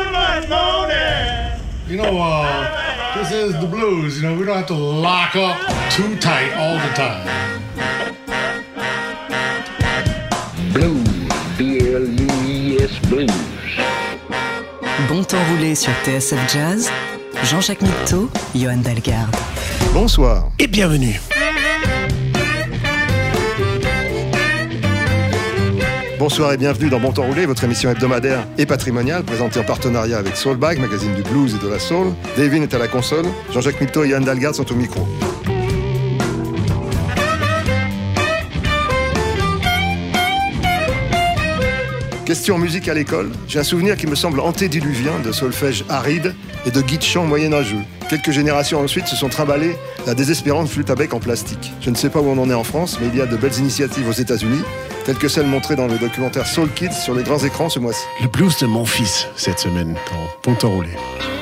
You know, this is the blues. You know, we don't have to lock up too tight all the time. Blues, B-L-U-E-S, blues. Bon temps roulé sur TSF Jazz, Jean-Jacques Mitteau, Johan Dalgarde. Bonsoir. Et bienvenue. Bonsoir et bienvenue dans Bon Temps Roulé, votre émission hebdomadaire et patrimoniale présentée en partenariat avec Soulbag, magazine du blues et de la soul. Davin est à la console, Jean-Jacques Mitteau et Johan Dalgarde sont au micro. Question musique à l'école, j'ai un souvenir qui me semble antédiluvien de solfège aride et de guide chant moyenâgeux. Quelques générations ensuite se sont trimballées la désespérante flûte à bec en plastique. Je ne sais pas où on en est en France, mais il y a de belles initiatives aux États-Unis, telles que celles montrées dans le documentaire Soul Kids sur les grands écrans ce mois-ci. Le blues de mon fils cette semaine dans Bon Temps Roulé.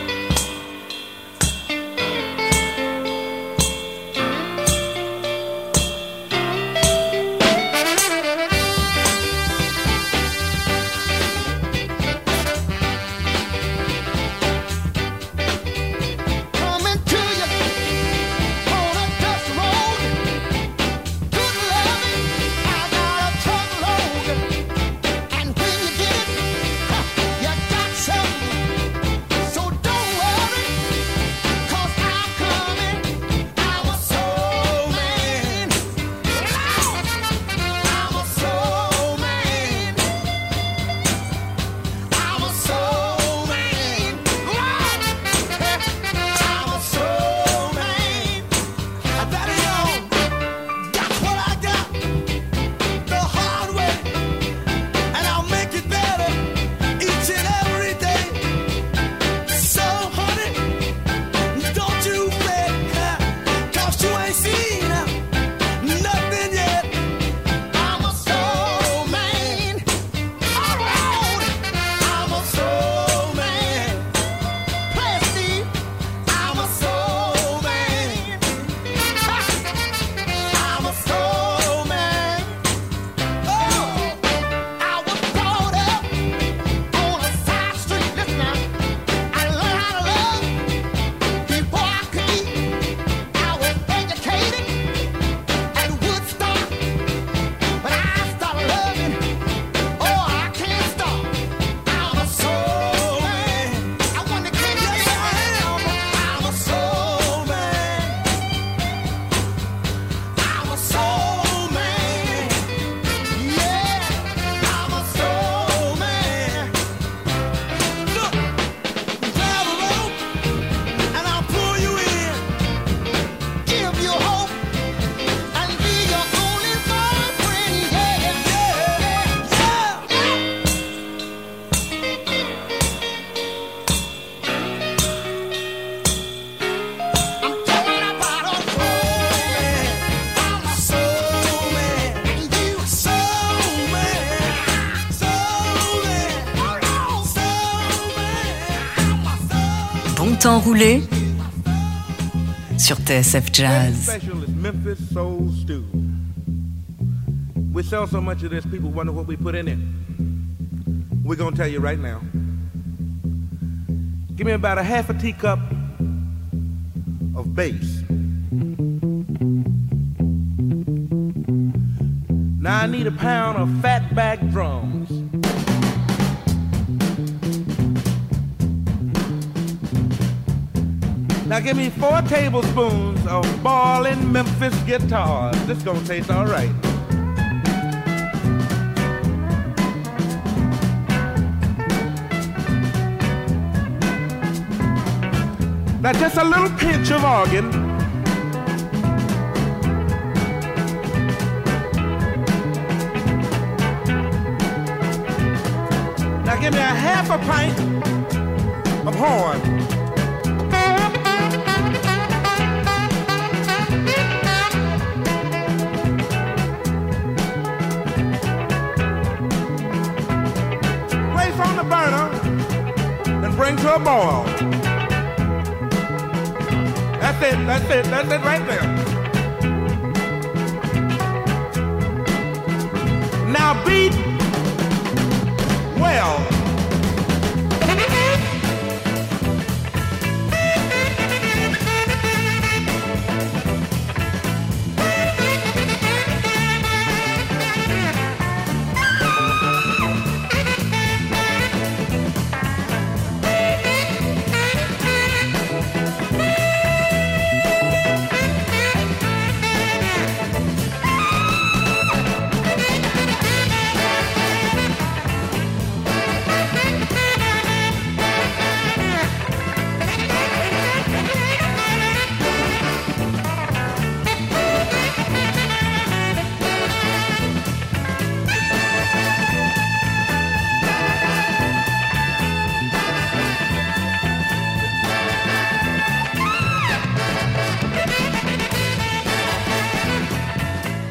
Bon temps roulé sur TSF Jazz. Memphis Soul Stew. We sell so much of this, people wonder what we put in it. We're gonna tell you right now. Give me about a half a teacup of bass. Now I need a pound of fatback drums. Now give me 4 tablespoons of ballin' Memphis guitars. This gonna taste all right. Now just a little pinch of organ. Now give me a half a pint of horn. On the burner and bring to a boil. That's it right there. Now beat well.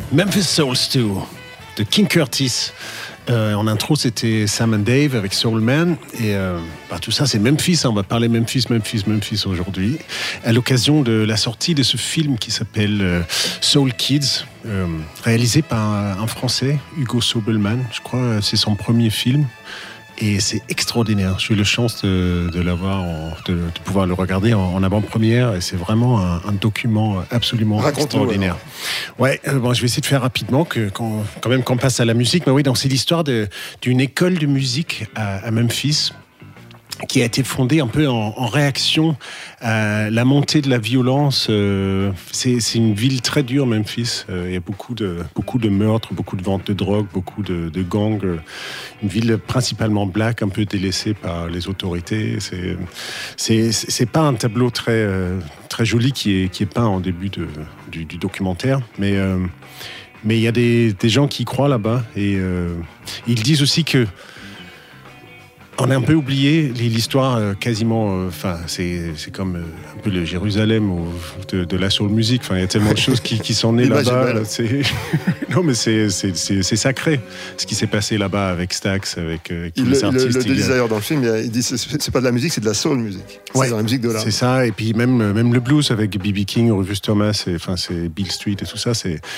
Memphis Soul Stew de King Curtis. En intro, c'était Sam and Dave avec Soul Man. Et tout ça, c'est Memphis. On va parler Memphis aujourd'hui. À l'occasion de la sortie de ce film qui s'appelle Soul Kids, réalisé par un Français, Hugo Sobelman. Je crois que c'est son premier film. Et c'est extraordinaire. J'ai eu la chance de l'avoir, de pouvoir le regarder en avant-première. Et c'est vraiment un document absolument extraordinaire. Ouais, je vais essayer de faire rapidement, quand même qu'on passe à la musique. Mais oui, donc c'est l'histoire d'une école de musique à Memphis, qui a été fondée un peu en réaction à la montée de la violence. C'est une ville très dure, Memphis. Il y a beaucoup de meurtres, beaucoup de ventes de drogue, beaucoup de gangs. Une ville principalement black, un peu délaissée par les autorités. C'est pas un tableau très joli qui est peint en début du documentaire, mais il y a des gens qui y croient là-bas, et ils disent aussi que on a un peu oublié l'histoire quasiment. C'est comme un peu le Jérusalem de la soul music. Il y a tellement de choses qui sont nées là-bas. Non, mais c'est sacré ce qui s'est passé là-bas avec Stax, avec tous les artistes. Le designer dans le film, il dit c'est pas de la musique, c'est de la soul music. Ouais, c'est de la musique de l'art. C'est ça. Et puis même le blues avec B.B. King, Rufus Thomas, c'est Bill Street et tout ça.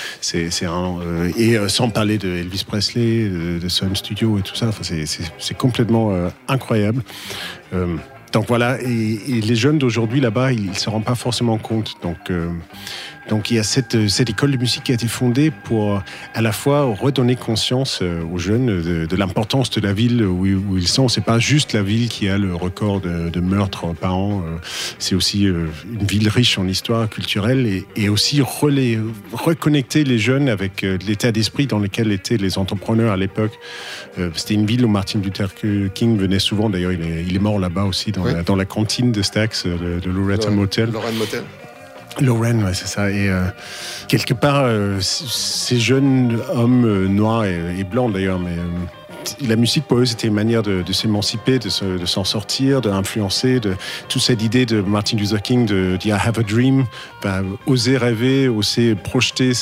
Et sans parler de Elvis Presley, de Sun Studio et tout ça. C'est complètement incroyable. Donc voilà, et les jeunes d'aujourd'hui là-bas, ils ne se rendent pas forcément compte. Donc il y a cette école de musique qui a été fondée pour à la fois redonner conscience aux jeunes de l'importance de la ville où ils sont. C'est pas juste la ville qui a le record de meurtres par an. C'est aussi une ville riche en histoire culturelle, et aussi reconnecter les jeunes avec l'état d'esprit dans lequel étaient les entrepreneurs à l'époque. C'était une ville où Martin Luther King venait souvent. D'ailleurs, il est mort là-bas aussi dans la cantine de Stax, de Loretta Motel. Lorraine, ouais, c'est ça. Et quelque part, ces jeunes hommes noirs et blancs d'ailleurs, mais la musique pour eux c'était une manière de s'émanciper, de s'en sortir, d'influencer, de toute cette idée de Martin Luther King de I have a dream, oser rêver, oser projeter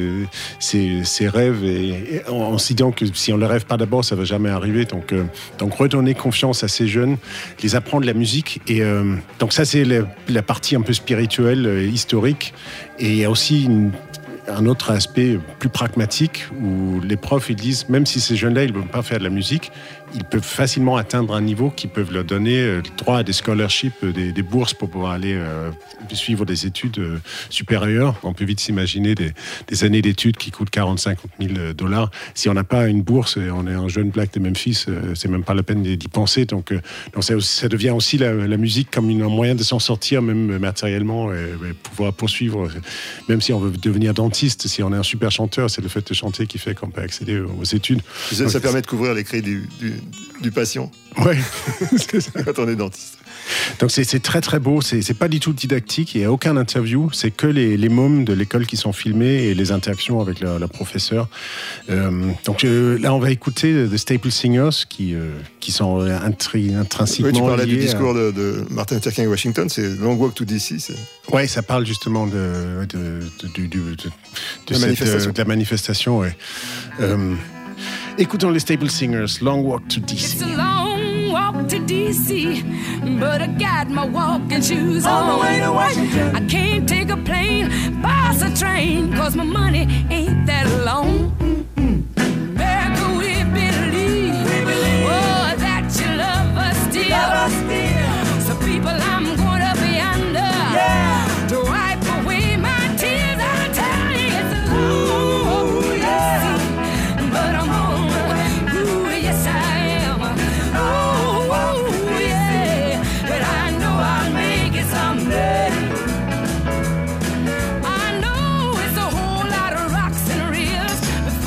ses rêves, et en se disant que si on ne le rêve pas d'abord, ça ne va jamais arriver. Donc redonner confiance à ces jeunes, les apprendre la musique, et donc ça c'est la partie un peu spirituelle, historique. Et il y a aussi un autre aspect plus pragmatique où les profs ils disent, même si ces jeunes-là ils ne veulent pas faire de la musique, ils peuvent facilement atteindre un niveau qui peut leur donner le droit à des scholarships, des bourses pour pouvoir aller suivre des études supérieures. On peut vite s'imaginer des années d'études qui coûtent 40-50 000 $. Si on n'a pas une bourse et on est un jeune black de Memphis, c'est même pas la peine d'y penser. Donc ça devient aussi la musique comme un moyen de s'en sortir, même matériellement, et pouvoir poursuivre. Même si on veut devenir dentiste, si on est un super chanteur, c'est le fait de chanter qui fait qu'on peut accéder aux études. Ça permet de couvrir les cris du patient. Ouais, c'est ça. Quand on est dentiste. Donc c'est très très beau, c'est pas du tout didactique, il n'y a aucun interview, c'est que les mômes de l'école qui sont filmés et les interactions avec la professeure. Donc là on va écouter The Staple Singers qui sont intrinsèquement liés. Tu parlais du discours de Martin Luther King à Washington, c'est Long Walk to DC. Ouais, ça parle justement de la manifestation. Ouais. Écoutons les Staple Singers, Long Walk to DC. It's a long walk to DC, but I got my walking shoes on the way to Washington. I can't take a plane, bus or train, cause my money ain't that long. America, we believe, oh, that you love us still. So people, I'm gonna be under, to wipe away my tears. I'll tell you, it's a long walk to DC, but I'm on. Yes, I am. Oh, yeah. But I know I'll make it someday. I know it's a whole lot of rocks and reels, but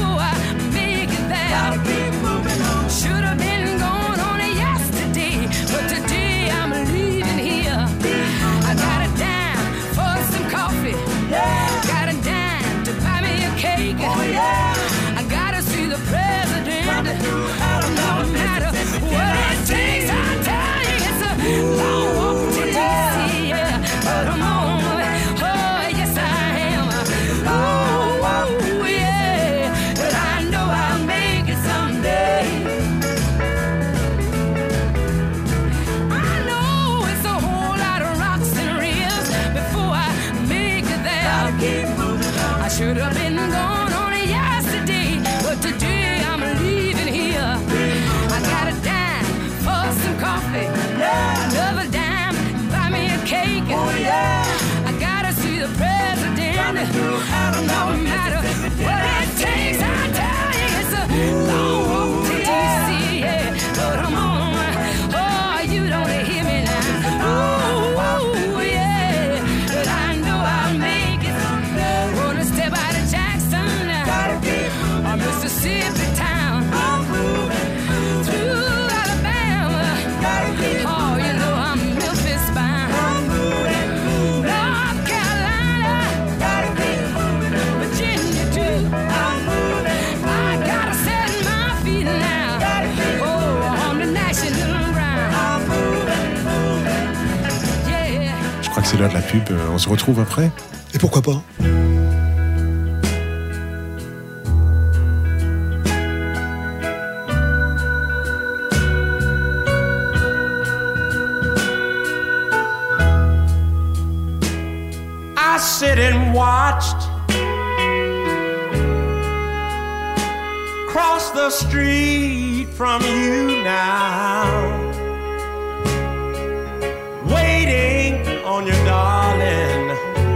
c'est l'heure de la pub. On se retrouve après. Et pourquoi pas? I sit and watched across the street from you now, waiting on your darling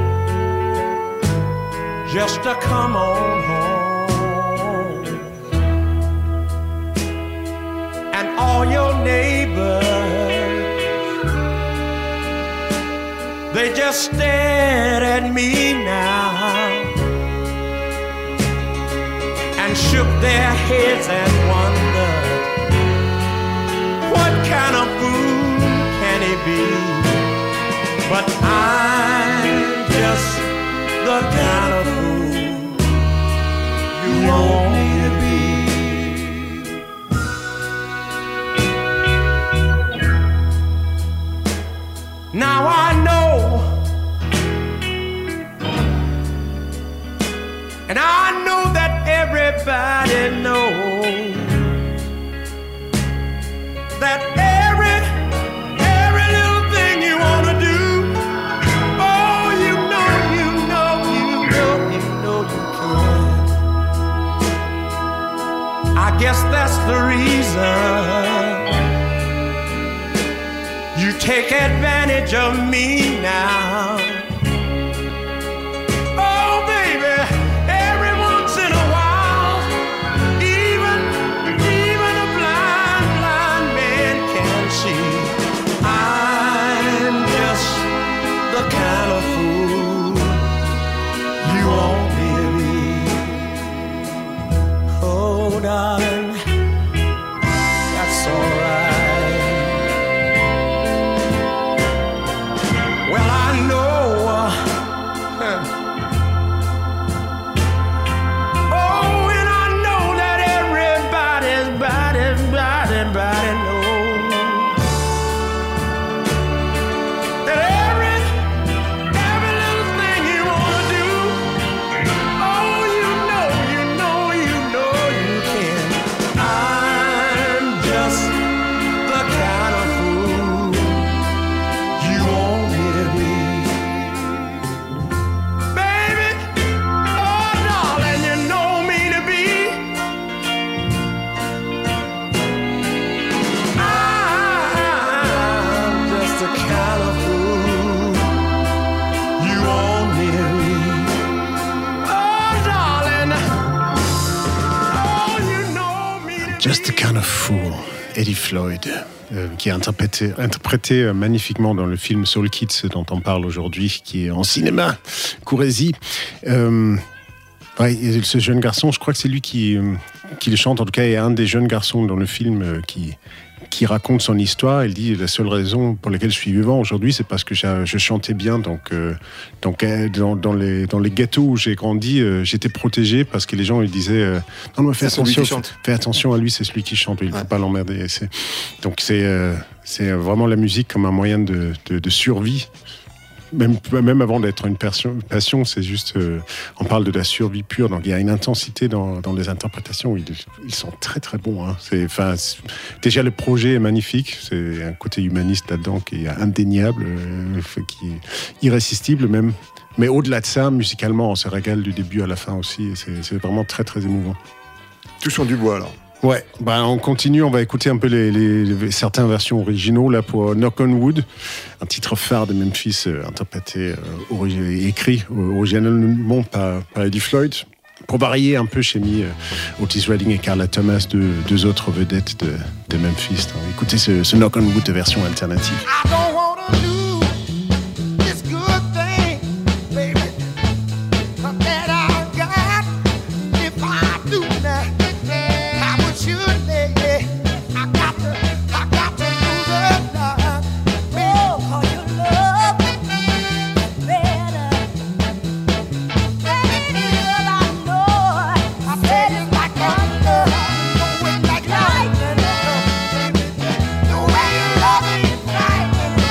just to come on home. And all your neighbors, they just stared at me now and shook their heads and wondered, what kind of fool can he be? But I'm just the kind of fool you want me to be. Now I know, and I know that everybody knows that every little thing you wanna do, oh, you can. I guess that's the reason you take advantage of me now. Oh, baby, every once in a while, even a blind man can see I'm just the kind of fool you want me to be. Oh, darling, that's all right. Just a Kind of Fool, Eddie Floyd, qui est interprété magnifiquement dans le film Soul Kids dont on parle aujourd'hui, qui est en cinéma, courez-y. Ce jeune garçon, je crois que c'est lui qui le chante, en tout cas, est un des jeunes garçons dans le film qui raconte son histoire. Il dit, la seule raison pour laquelle je suis vivant aujourd'hui, c'est parce que je chantais bien. Donc dans les ghettos où j'ai grandi, j'étais protégé parce que les gens ils disaient non mais fais attention à lui, c'est celui qui chante, il ne faut pas l'emmerder. Donc c'est vraiment la musique comme un moyen de survie. Même avant d'être une passion, c'est juste, on parle de la survie pure. Donc il y a une intensité dans les interprétations. Ils sont très très bons. Hein. Déjà le projet est magnifique. C'est un côté humaniste là-dedans qui est indéniable, qui est irrésistible même. Mais au-delà de ça, musicalement, on se régale du début à la fin aussi. C'est vraiment très très émouvant. Touchons du bois alors. Ouais, on continue, on va écouter un peu certaines versions originaux là pour Knock on Wood, un titre phare de Memphis interprété écrit originalement par Eddie Floyd. Pour varier un peu, j'ai mis Otis Redding et Carla Thomas, deux autres vedettes de Memphis. Donc, écoutez ce Knock on Wood de version alternative. I don't wanna lose this good thing, baby, that I got. If I do that, the way you love me, right?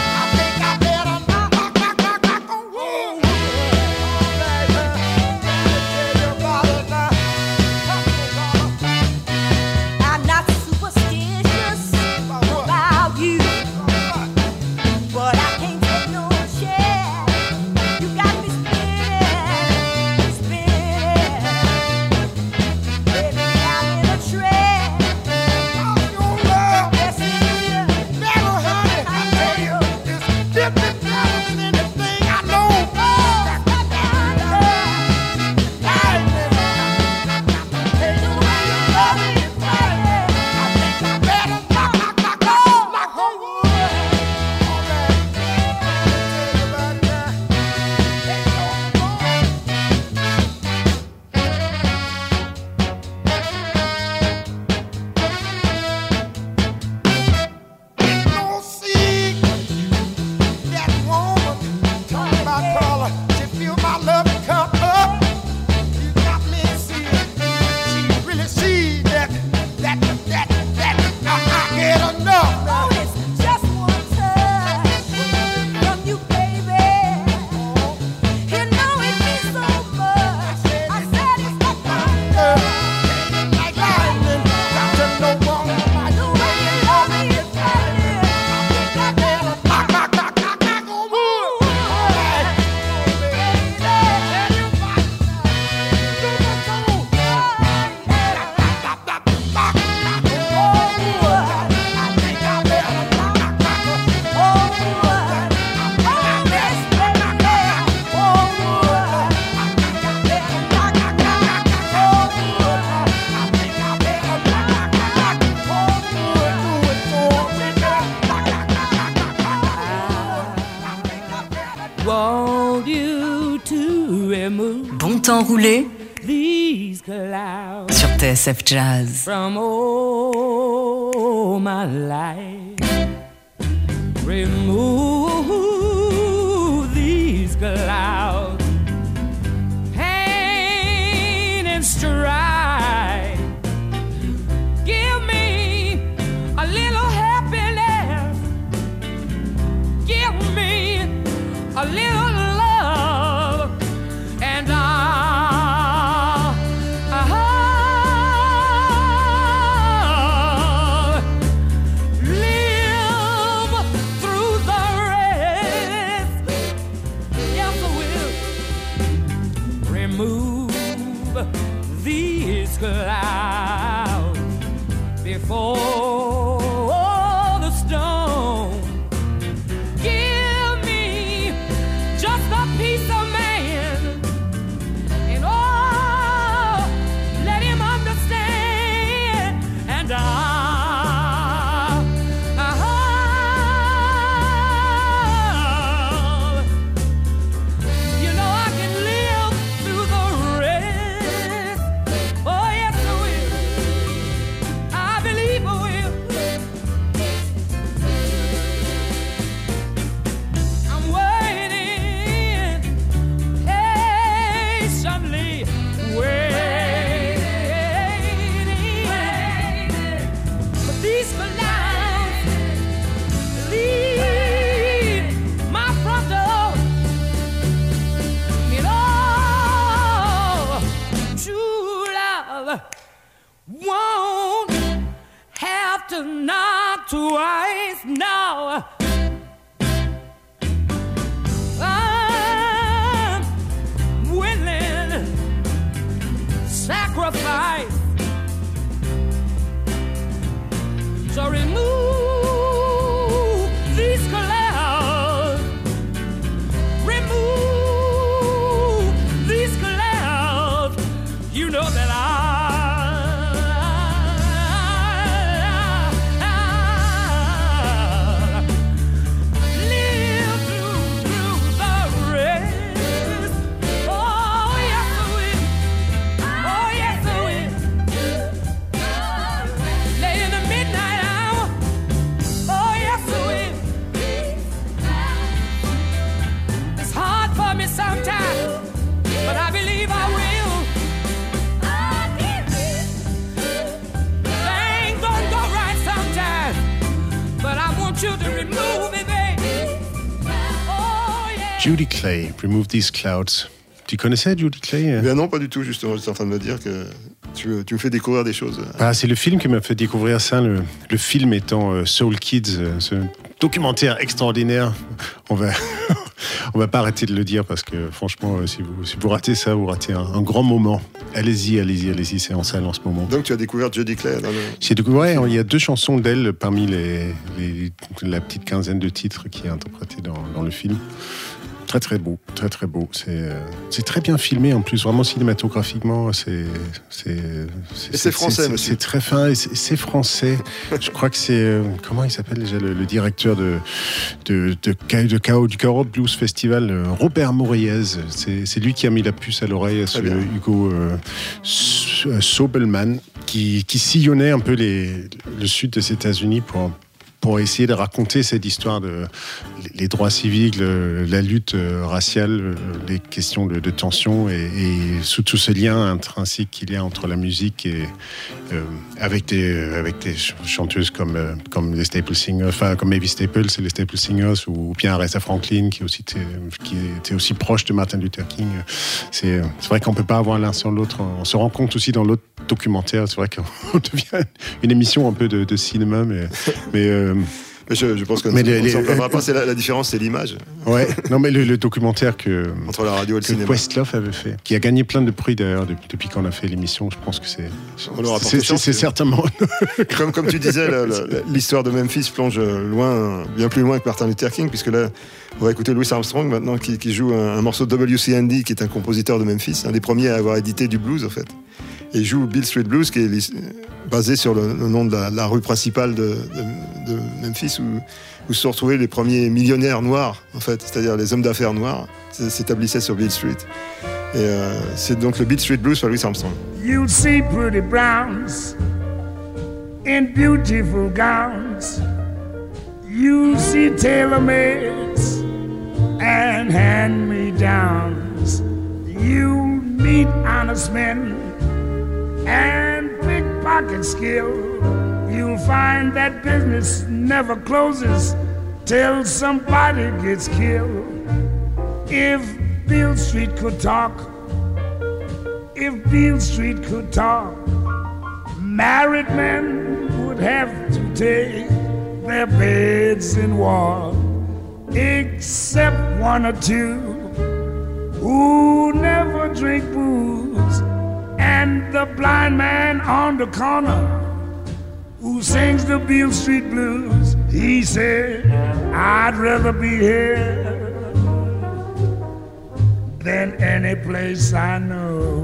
want you to remove Bon temps roulé these clouds sur TSF Jazz. from all my life. Remove these clouds, pain and strife. Give me a little happiness. Give me a little love, and I'll live through the rest. Yes, I will. Remove these clouds before the storm. Give me just a piece of man, and oh, let him understand, and you know I can live through the rest. Oh yes, I will. I believe I will. I'm waiting, patiently waiting for these clouds to leave my front door. You know, true love won't have to knock twice. No, I'm willing sacrifice to remove these clouds. Remove these clouds. You know that I live through the rest. Oh yes I will. Oh yes I will. Late in the midnight hour. Oh yes I will. It's hard for me sometimes, but I believe I will. Things don't go right sometimes, but I want you to remove it, baby. Oh yeah. Judy Clay, Remove These Clouds. Tu connaissais Judy Clay? Eh bien non, pas du tout, justement. J'étais en train de me dire que tu me fais découvrir des choses. Ah, c'est le film qui m'a fait découvrir ça. Le film étant Soul Kids, ce documentaire extraordinaire. On va pas arrêter de le dire parce que franchement, si vous ratez ça, vous ratez un grand moment. Allez-y, c'est en salle en ce moment. Donc tu as découvert Judy Clay dans le... J'ai découvert, il y a 2 chansons d'elle parmi la petite quinzaine de titres qui est interprétée dans le film. Très très beau. C'est très bien filmé en plus, vraiment cinématographiquement. C'est français, monsieur. C'est très fin, et c'est français. Je crois que c'est comment il s'appelle déjà le directeur du Chaos Blues Festival, Robert Moriez. C'est lui qui a mis la puce à l'oreille à ce Hugo Sobelman qui sillonnait un peu le sud des États-Unis pour essayer de raconter cette histoire de les droits civiques, la lutte raciale, les questions de tension et sous tout ce lien intrinsèque qu'il y a entre la musique et avec des chanteuses comme les Staple Singers, enfin comme Mavis Staples et les Staple Singers ou bien Aretha Franklin qui était aussi proche de Martin Luther King. C'est vrai qu'on peut pas avoir l'un sans l'autre. On se rend compte aussi dans l'autre documentaire. C'est vrai qu'on devient une émission un peu de cinéma, mais je pense qu'on ne s'en plaindra pas. C'est la différence, c'est l'image. Ouais, non, mais le documentaire entre la radio et le cinéma, Questlove avait fait, qui a gagné plein de prix d'ailleurs depuis qu'on a fait l'émission. Je pense que c'est certainement. comme tu disais, l'histoire de Memphis plonge loin, bien plus loin que Martin Luther King, puisque là, on va écouter Louis Armstrong maintenant qui joue un morceau de W.C. Handy, qui est un compositeur de Memphis, un des premiers à avoir édité du blues en fait. Et il joue Beale Street Blues, qui est basé sur le nom de la rue principale de Memphis où se sont retrouvés les premiers millionnaires noirs, en fait, c'est-à-dire les hommes d'affaires noirs, s'établissaient sur Beale Street. Et c'est donc le Beale Street Blues par Louis Armstrong. You'll see pretty browns in beautiful gowns. You see tailor-mades and hand-me-downs. You meet honest men and pickpocket skill. You'll find that business never closes till somebody gets killed. If Beale Street could talk, if Beale Street could talk, married men would have to take their beds and walk, except one or two who never drink booze, and the blind man on the corner who sings the Beale Street Blues. He said, I'd rather be here than any place I know.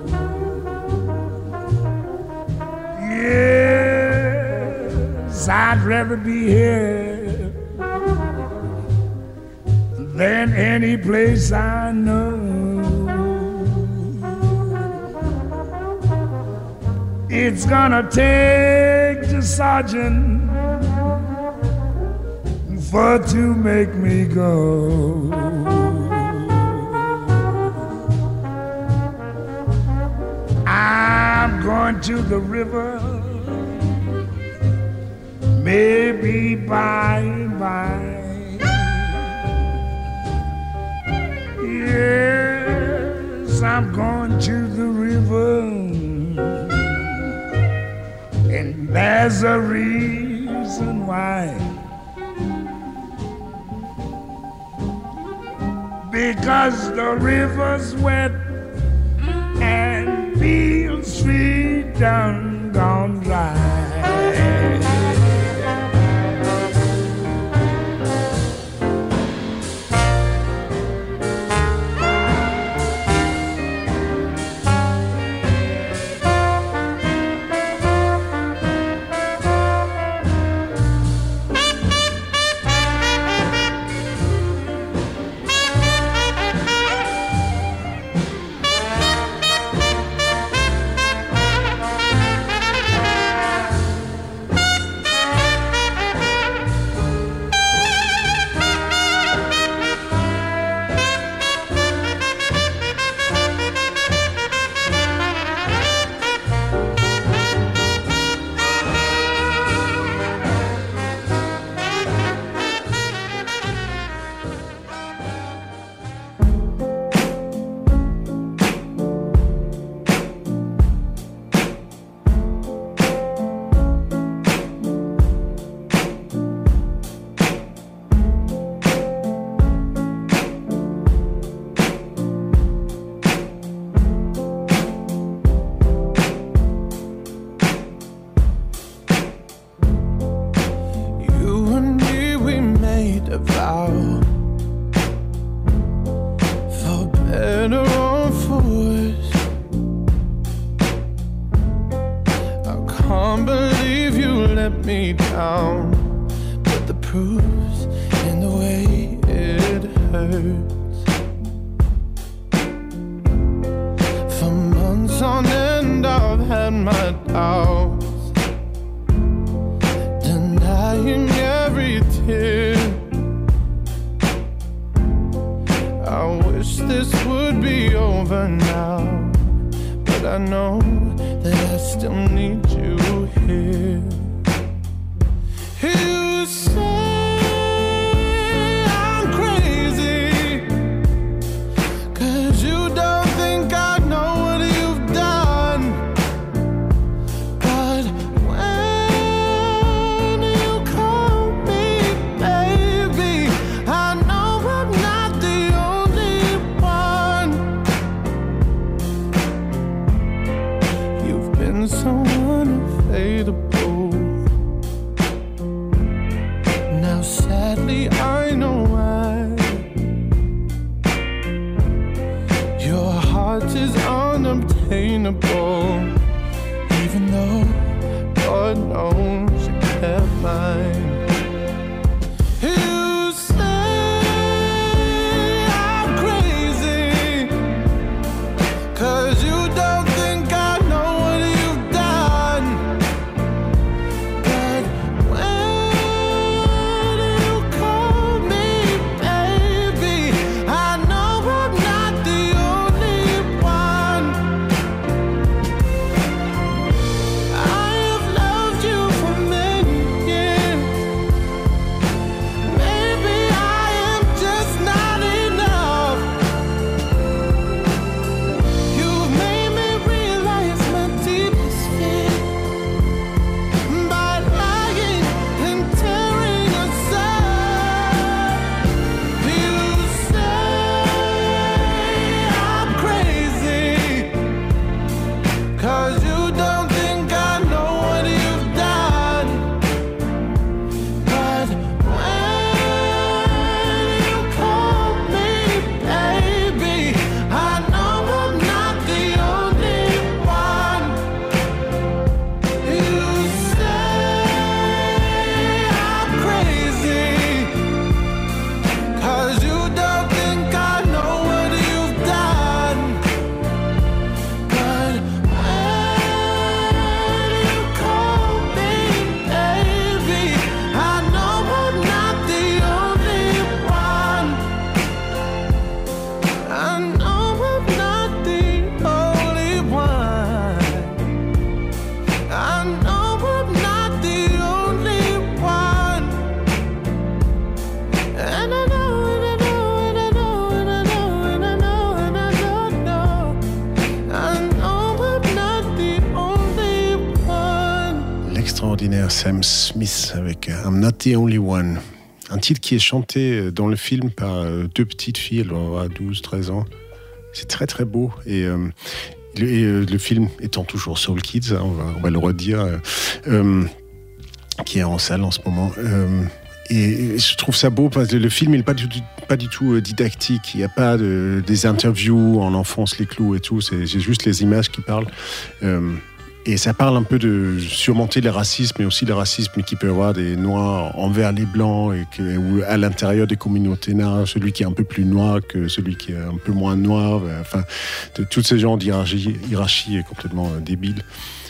Yes, I'd rather be here than any place I know. It's gonna take the sergeant for to make me go. I'm going to the river, maybe by and by. Yes, I'm going to the river, and there's a reason why. Because the river's wet and Beale Street done gone dry. Even though Lord knows you kept mine. You say I'm crazy, 'cause you don't think I know what you've done. But when you call me baby, I know I'm not the only one. I have loved you for many years. Maybe I am just not enough. You've made me realize my deepest fear by lying and tearing us up. You say I'm crazy, 'cause you don't think I know what you've done. But when you call me baby, I know I'm not the only one. You say I'm crazy, 'cause you don't think I know what you've done. But when you call me baby, I know I'm not the only one. I know I'm not the only one. I know I'm not the only one. And I know, and I know, and I know, and I know, and I know, and I don't know. I know I'm not the only one. L'extraordinaire Sam Smith avec I'm Not the Only One. Un titre qui est chanté dans le film par deux petites filles, elles doivent avoir 12-13 ans. C'est très très beau. Et le film étant toujours Soul Kids, hein, on va le redire, qui est en salle en ce moment. Et je trouve ça beau parce que le film n'est pas du tout didactique. Il n'y a pas des interviews en enfonce les clous et tout. C'est juste les images qui parlent. Et ça parle un peu de surmonter le racisme, mais aussi le racisme qui peut y avoir des Noirs envers les Blancs ou à l'intérieur des communautés noires, celui qui est un peu plus noir que celui qui est un peu moins noir. Enfin, de tous ces genres d'hierarchie est complètement débile.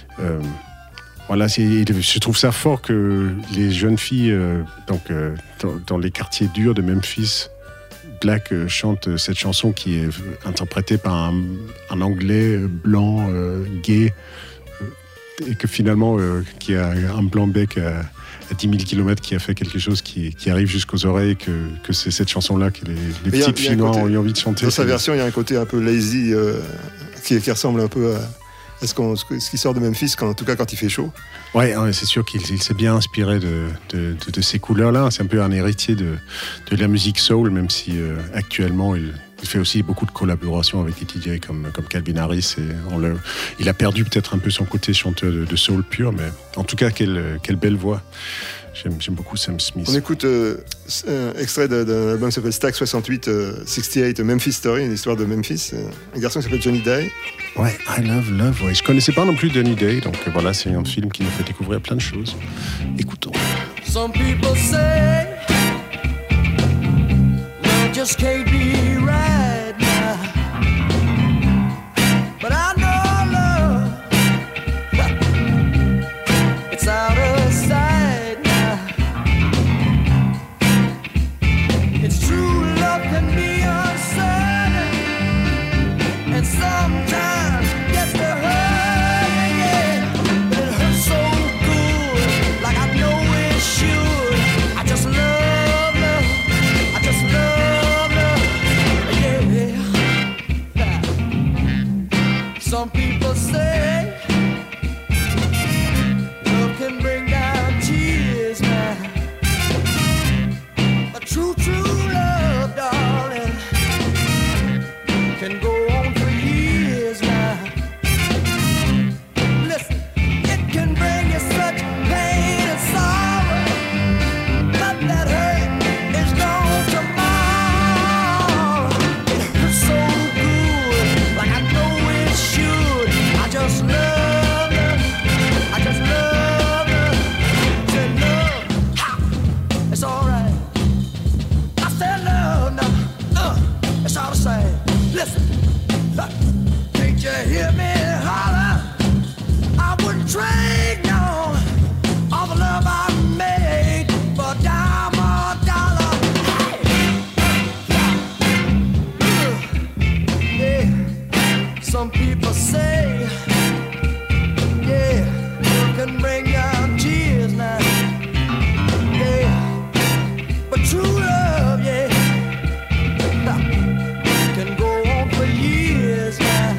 Voilà, je trouve ça fort que les jeunes filles dans les quartiers durs de Memphis, Black chantent cette chanson qui est interprétée par un Anglais blanc, gay, et que finalement, qui a un blanc bec à 10 000 km qui a fait quelque chose qui arrive jusqu'aux oreilles, que c'est cette chanson-là que les petites filles noires ont eu envie de chanter. Dans sa version, il y a un côté un peu lazy qui ressemble un peu à ce qui sort de Memphis, en tout cas quand il fait chaud. Ouais, c'est sûr qu'il s'est bien inspiré de ces couleurs-là. C'est un peu un héritier de la musique soul, même si actuellement il fait aussi beaucoup de collaborations avec des DJ comme Calvin Harris. Et il a perdu peut-être un peu son côté chanteur de soul pur, mais en tout cas, quelle belle voix. J'aime beaucoup Sam Smith. On écoute un extrait d'un album qui s'appelle Stack 68, Memphis Story, une histoire de Memphis. Un garçon qui s'appelle Johnny Day. Ouais, I Love. Ouais. Je connaissais pas non plus Johnny Day, donc voilà, c'est un film qui nous fait découvrir plein de choses. Écoutons. Some people say love just can't be right now, but I know love, it's out of sight now. It's true, love can be uncertain, and sometimes gets to hurt, yeah. But it hurts so good, like I know it should. I just love love, I just love love, yeah. Some people say love can bring down tears now, but true love, darling, can go on for years now. Listen, it can bring you such pain and sorrow, but that hurt is gone tomorrow. It hurts so good, like I know it should. I just love love, I just love love. say, listen, can't you hear me holler? I wouldn't trade no all the love I made for a dime or a dollar. Hey, yeah. Some people say, yeah, you can bring your tears now. Yeah, but true love, yeah, can go on for years now.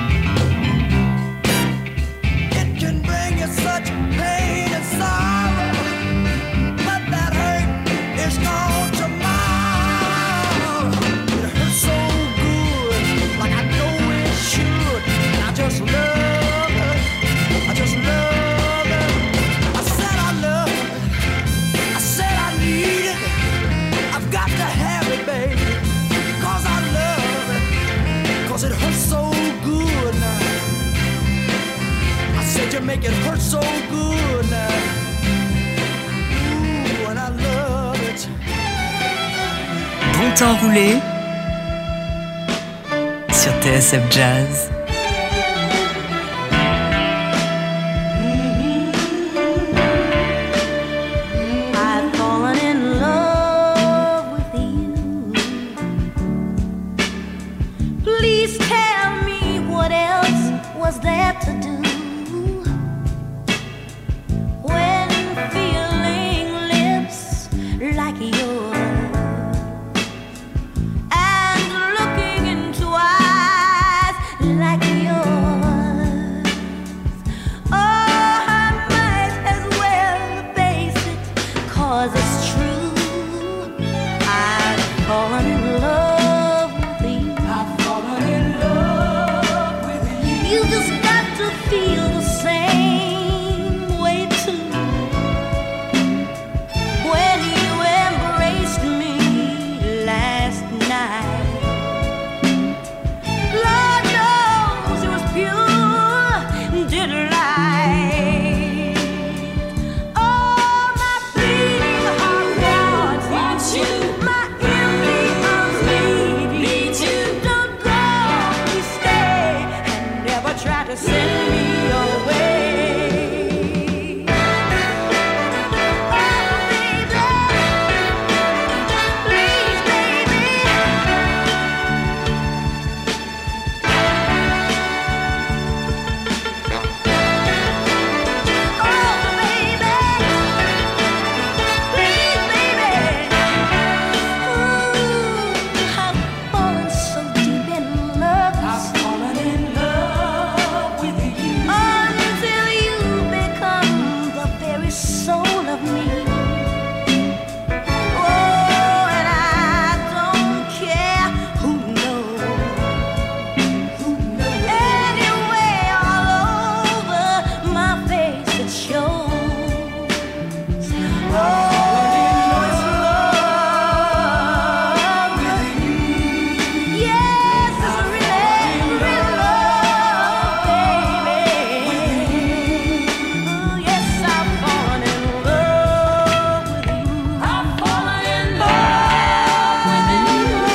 It can bring you such pain and sorrow, but that hurt is gone tomorrow. It hurts so good, like I know it should. And I just love her, I just love her. I said I love her, I said I need it. I've got to have it, baby, 'cause I love it, 'cause it hurts so good now. I said you make it hurt so good now. Ooh, and I love it. Bon temps roulé sur TSF Jazz. I've fallen in love with you. Please tell me what else was there to do when feeling lips like yours and looking into eyes like yours. Oh, I might as well face it, 'cause it's true. I've fallen in love with you. I've fallen in love with you. You just got to feel the same way too. When you embraced me last night, Lord knows it was pure delight. Oh, my beating heart wants you. My empty arms need you. Don't go, please stay, and never try to send me away. Oh, baby, please, baby. Oh, baby, please, baby. Ooh, I've fallen so deep in love. I've fallen in love with you until you become the very soul of me. Oh, and I don't care who knows. Anyway, all over my face it shows. Oh, it's love with you. Yes, it's real, real love, baby. Oh, yes, I've fallen in love with you. I've fallen in love with you.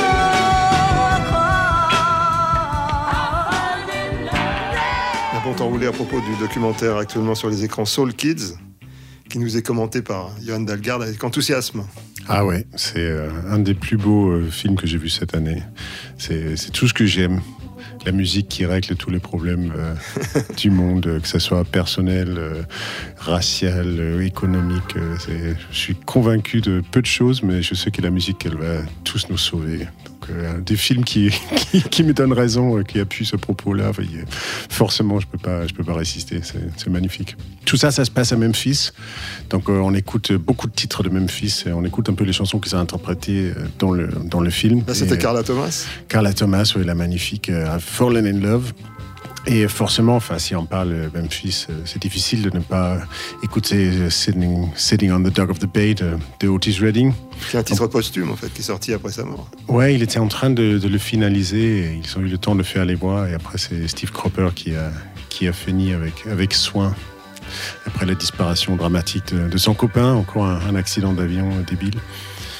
Un bon temps roulé à propos du documentaire actuellement sur les écrans Soul Kids, qui nous est commenté par Johan Dalgarde avec enthousiasme. Ah ouais, c'est un des plus beaux films que j'ai vu cette année. C'est tout ce que j'aime. La musique qui règle tous les problèmes du monde, que ce soit personnel, racial, économique. Je suis convaincu de peu de choses, mais je sais que la musique, elle va tous nous sauver. Donc, des films qui me donnent raison, qui appuient ce propos-là, forcément, je peux pas résister. C'est magnifique. Tout ça, ça se passe à Memphis. Donc, on écoute beaucoup de titres de Memphis. Et on écoute un peu les chansons qu'ils ont interprétées dans le film. Là, c'était Carla Thomas. Carla Thomas, oui, la magnifique Fallen in Love. Et forcément, si on parle Memphis, c'est difficile de ne pas écouter Sitting on the Dock of the Bay de Otis Redding. Qui est un titre posthume, en fait, qui est sorti après sa mort. Ouais, il était en train de le finaliser. Et ils ont eu le temps de le faire les voix. Et après, c'est Steve Cropper qui a fini avec soin. Après la disparition dramatique de son copain, encore un accident d'avion débile.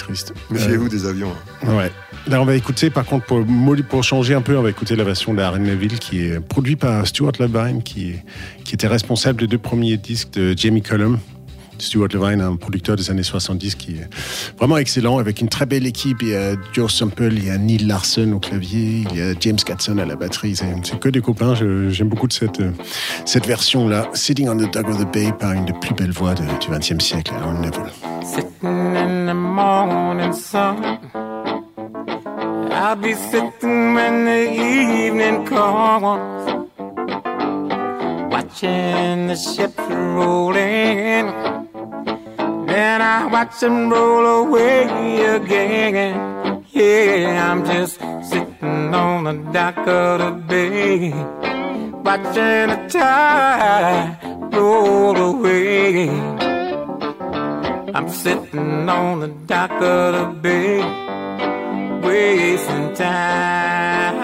triste. Méfiez-vous des avions. Ouais. Là, on va écouter, par contre, pour changer un peu, on va écouter la version d'Aaron Neville qui est produite par Stuart Levine, qui était responsable des 2 premiers disques de Jamie Cullum. Stuart Levine, un producteur des années 70 qui est vraiment excellent, avec une très belle équipe. Il y a Joe Sample, il y a Neil Larson au clavier, il y a James Gatson à la batterie. C'est que des copains. J'aime beaucoup de cette version-là. Sitting on the Dock of the Bay par une des plus belles voix du XXe siècle, Aaron Neville. Sitting in the morning sun, I'll be sitting when the evening comes, watching the ships rolling. Then I watch them roll away again. Yeah, I'm just sitting on the dock of the bay, watching the tide roll away. I'm sitting on the dock of the bay, wasting time.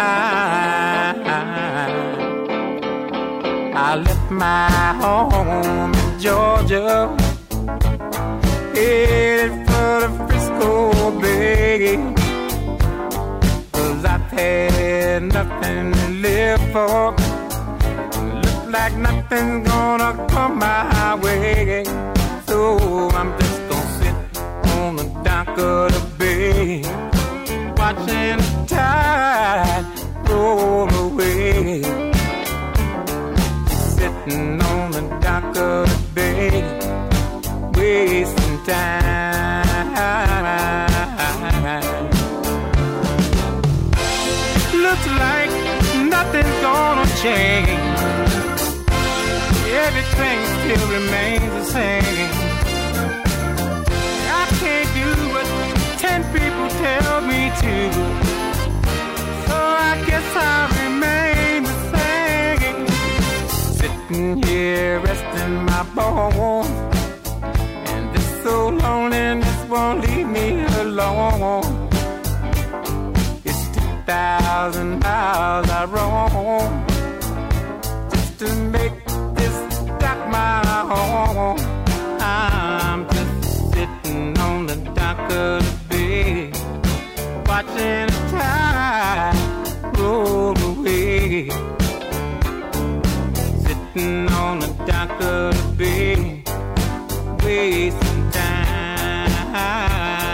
I left my home in Georgia, headed for the Frisco Bay, 'cause I've had nothing to live for. Look like nothing's gonna come my way, so I'm just gonna sit on the dock of the bay, watching the tide roll away. Sitting on the dock of the bay, wasting time. Looks like nothing's gonna change. Everything still remains the same. I can't do what 10 people tell me to, so I guess I'll remain the same. Sitting here resting my bones, and this so loneliness won't leave me alone. It's 2,000 miles I roam just to make this dock my home. I'm just sitting on the dock of the bay, watching the tide roll away. Sitting on the dock of the bay, wasting time.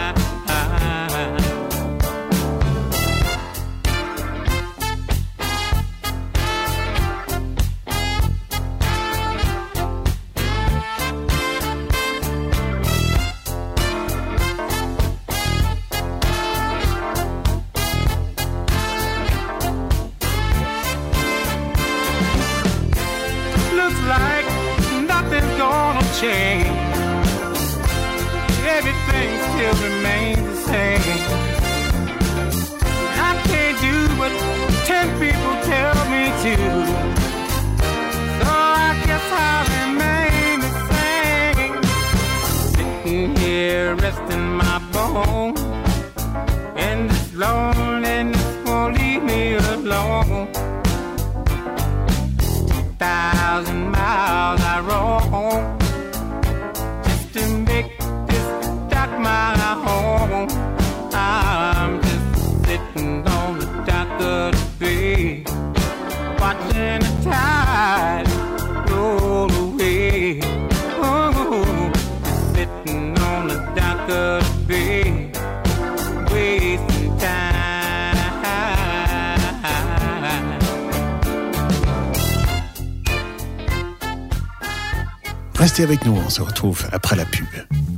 Looks like nothing's gonna change. Everything still remains the same. I can't do what 10 people tell me to, so I guess I'll remain the same. Sitting here resting my bones, and this loneliness won't leave me alone. 1,000 miles I roam just to make this dock my home. I'm just sitting on the dock of the bay, watching the tide roll away. Oh, sitting on the dock of the bay, wasting time. Restez avec nous, on se retrouve après la pub.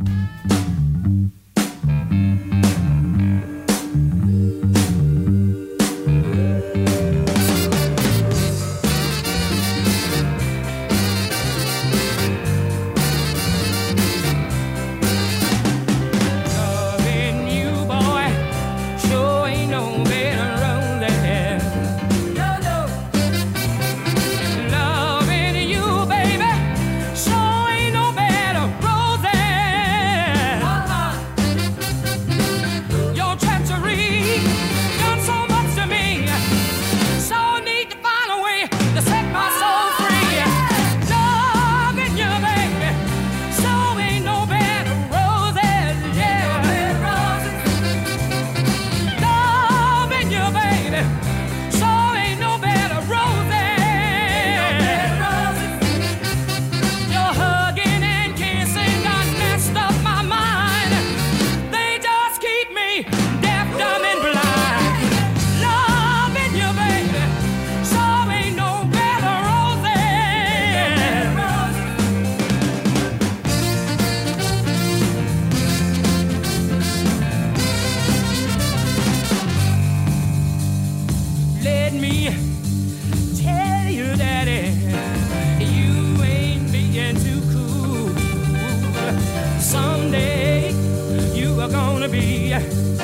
Loving you, boy, sure ain't no better road there. No, no. Loving you, baby, sure ain't no better road there. treachery.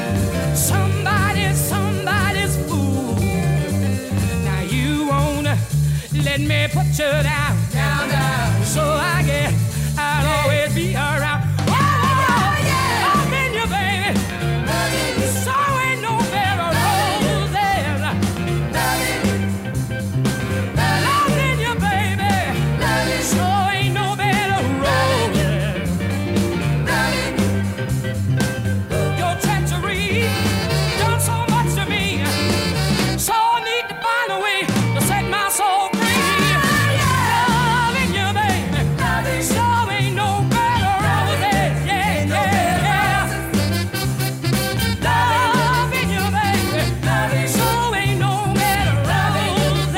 Somebody's fool. Now you wanna let me put you down, so I guess I'll always be around. Loving you, baby. So ain't no better roses. Loving you, baby. So ain't no better roses. Your treachery done so much to me. So I need to find a way to set my soul free. Loving you, baby. So ain't no better roses. Yeah, yeah, yeah. Loving you, baby. So ain't no better roses.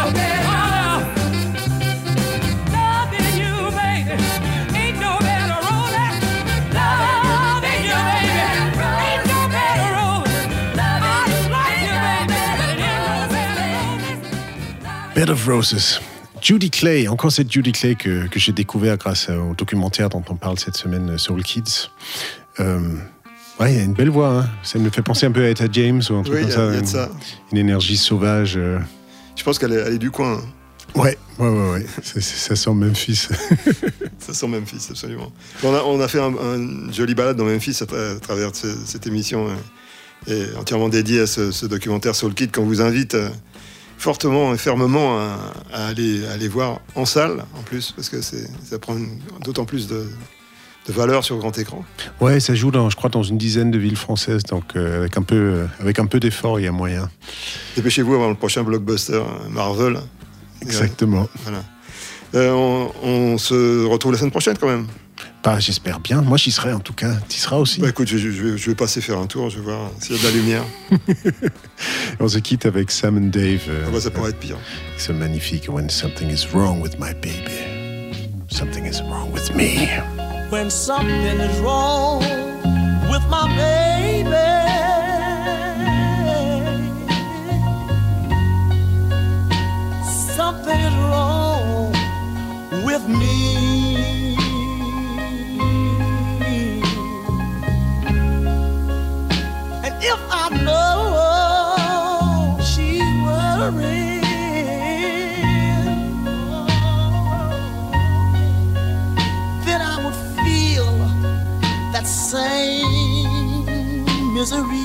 Loving you, baby. Ain't no better roses. Loving you, baby. Ain't no better roses. I like you, baby, but it ain't no better roses. Bed of Roses. Judy Clay, encore cette Judy Clay que j'ai découvert grâce au documentaire dont on parle cette semaine, Soul Kids. Ouais, il y a une belle voix, hein. Ça me fait penser un peu à Etta James ou un truc comme ça. Il y a de ça. Une énergie sauvage. Je pense qu'elle est du coin. Ouais. Ça sent Memphis. Ça sent Memphis, absolument. On a fait une jolie balade dans Memphis à travers cette émission et entièrement dédiée à ce documentaire Soul Kid qu'on vous invite fortement et fermement à aller voir en salle, en plus, parce que ça prend d'autant plus de valeur sur grand écran. Ouais, ça joue je crois dans une dizaine de villes françaises, donc avec un peu d'effort, il y a moyen. Dépêchez-vous avant le prochain blockbuster Marvel. Exactement. Voilà. On se retrouve la semaine prochaine quand même. Bah, j'espère bien. Moi, j'y serai en tout cas. Tu y seras aussi. Bah, écoute, je vais passer faire un tour. Je vais voir s'il y a de la lumière. On se quitte avec Sam and Dave. Ça pourrait être pire. C'est magnifique. When something is wrong with my baby, something is wrong with me. When something is wrong with my baby, something is wrong with me. And if I know she's worried, then I would feel that same misery.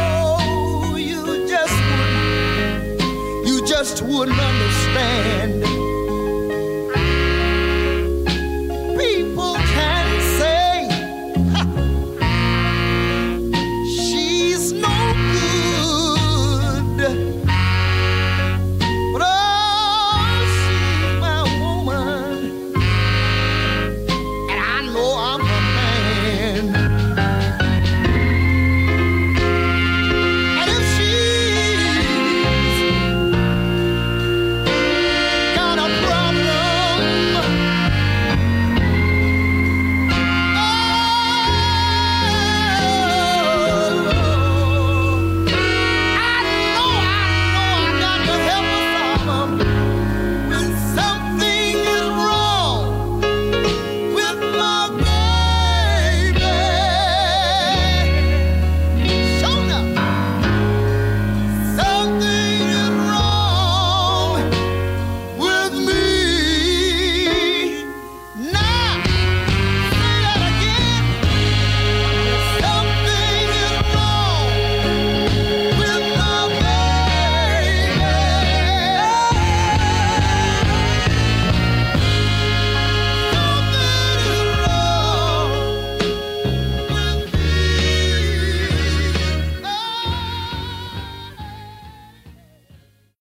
Wouldn't understand.